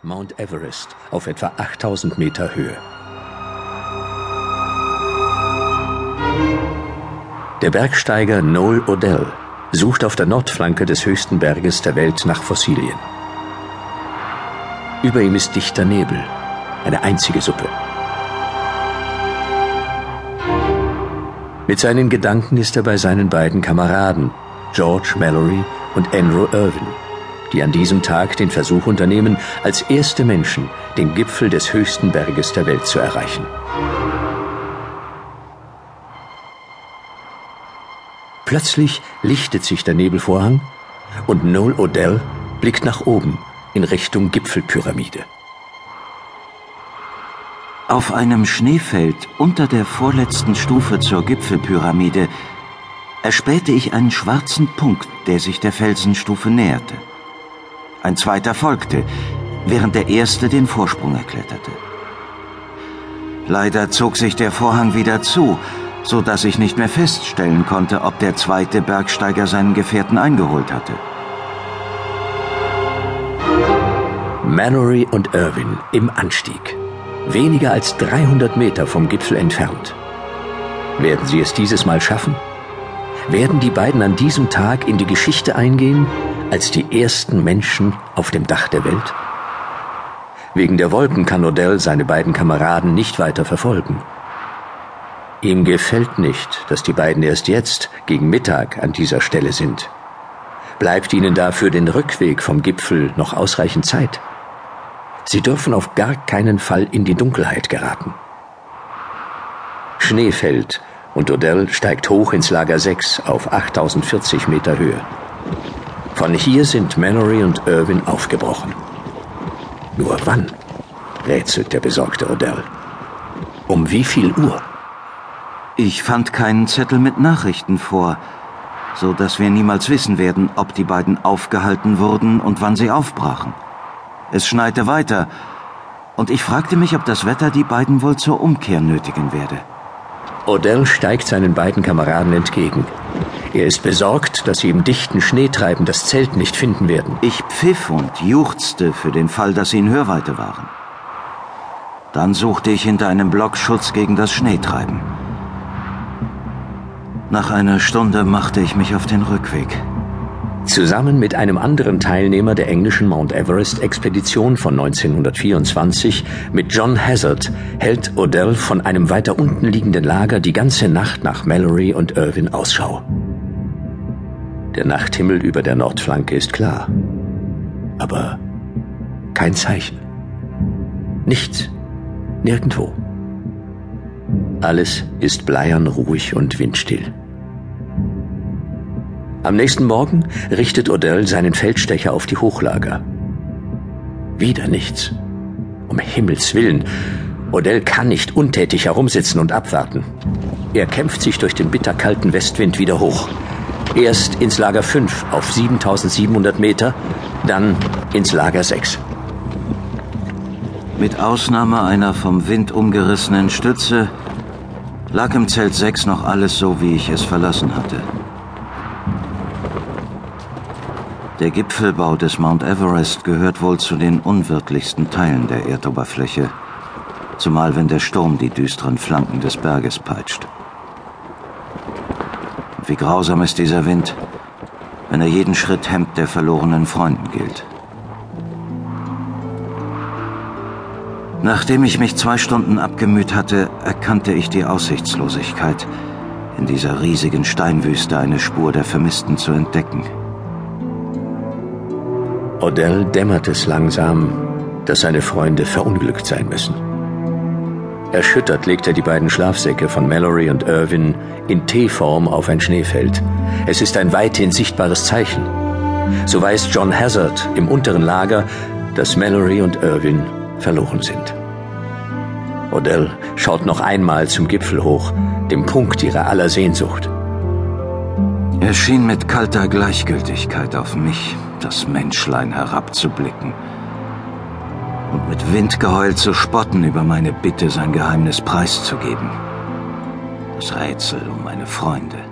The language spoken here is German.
Mount Everest auf etwa 8000 Meter Höhe. Der Bergsteiger Noel Odell sucht auf der Nordflanke des höchsten Berges der Welt nach Fossilien. Über ihm ist dichter Nebel, eine einzige Suppe. Mit seinen Gedanken ist er bei seinen beiden Kameraden, George Mallory und Andrew Irwin, die an diesem Tag den Versuch unternehmen, als erste Menschen den Gipfel des höchsten Berges der Welt zu erreichen. Plötzlich lichtet sich der Nebelvorhang und Noel Odell blickt nach oben in Richtung Gipfelpyramide. Auf einem Schneefeld unter der vorletzten Stufe zur Gipfelpyramide erspähte ich einen schwarzen Punkt, der sich der Felsenstufe näherte. Ein zweiter folgte, während der erste den Vorsprung erkletterte. Leider zog sich der Vorhang wieder zu, so dass ich nicht mehr feststellen konnte, ob der zweite Bergsteiger seinen Gefährten eingeholt hatte. Mallory und Irwin im Anstieg, weniger als 300 Meter vom Gipfel entfernt. Werden sie es dieses Mal schaffen? Werden die beiden an diesem Tag in die Geschichte eingehen als die ersten Menschen auf dem Dach der Welt? Wegen der Wolken kann Odell seine beiden Kameraden nicht weiter verfolgen. Ihm gefällt nicht, dass die beiden erst jetzt, gegen Mittag, an dieser Stelle sind. Bleibt ihnen da für den Rückweg vom Gipfel noch ausreichend Zeit? Sie dürfen auf gar keinen Fall in die Dunkelheit geraten. Schnee fällt und Odell steigt hoch ins Lager 6 auf 8040 Meter Höhe. Von hier sind Mallory und Irwin aufgebrochen. Nur wann? Rätselt der besorgte Odell. Um wie viel Uhr? Ich fand keinen Zettel mit Nachrichten vor, so dass wir niemals wissen werden, ob die beiden aufgehalten wurden und wann sie aufbrachen. Es schneite weiter, und ich fragte mich, ob das Wetter die beiden wohl zur Umkehr nötigen werde. Odell steigt seinen beiden Kameraden entgegen. Er ist besorgt, dass sie im dichten Schneetreiben das Zelt nicht finden werden. Ich pfiff und juchzte für den Fall, dass sie in Hörweite waren. Dann suchte ich hinter einem Block Schutz gegen das Schneetreiben. Nach einer Stunde machte ich mich auf den Rückweg. Zusammen mit einem anderen Teilnehmer der englischen Mount Everest-Expedition von 1924, mit John Hazard, hält Odell von einem weiter unten liegenden Lager die ganze Nacht nach Mallory und Irwin Ausschau. Der Nachthimmel über der Nordflanke ist klar, aber kein Zeichen. Nichts, nirgendwo. Alles ist bleiern ruhig und windstill. Am nächsten Morgen richtet Odell seinen Feldstecher auf die Hochlager. Wieder nichts. Um Himmels Willen, Odell kann nicht untätig herumsitzen und abwarten. Er kämpft sich durch den bitterkalten Westwind wieder hoch. Erst ins Lager 5 auf 7700 Meter, dann ins Lager 6. Mit Ausnahme einer vom Wind umgerissenen Stütze lag im Zelt 6 noch alles so, wie ich es verlassen hatte. Der Gipfelbau des Mount Everest gehört wohl zu den unwirtlichsten Teilen der Erdoberfläche, zumal wenn der Sturm die düsteren Flanken des Berges peitscht. Und wie grausam ist dieser Wind, wenn er jeden Schritt hemmt, der verlorenen Freunden gilt. Nachdem ich mich 2 Stunden abgemüht hatte, erkannte ich die Aussichtslosigkeit, in dieser riesigen Steinwüste eine Spur der Vermissten zu entdecken. Odell dämmert es langsam, dass seine Freunde verunglückt sein müssen. Erschüttert legt er die beiden Schlafsäcke von Mallory und Irwin in T-Form auf ein Schneefeld. Es ist ein weithin sichtbares Zeichen. So weiß John Hazard im unteren Lager, dass Mallory und Irwin verloren sind. Odell schaut noch einmal zum Gipfel hoch, dem Punkt ihrer aller Sehnsucht. Er schien mit kalter Gleichgültigkeit auf mich, das Menschlein, herabzublicken und mit Windgeheul zu spotten über meine Bitte, sein Geheimnis preiszugeben. Das Rätsel um meine Freunde.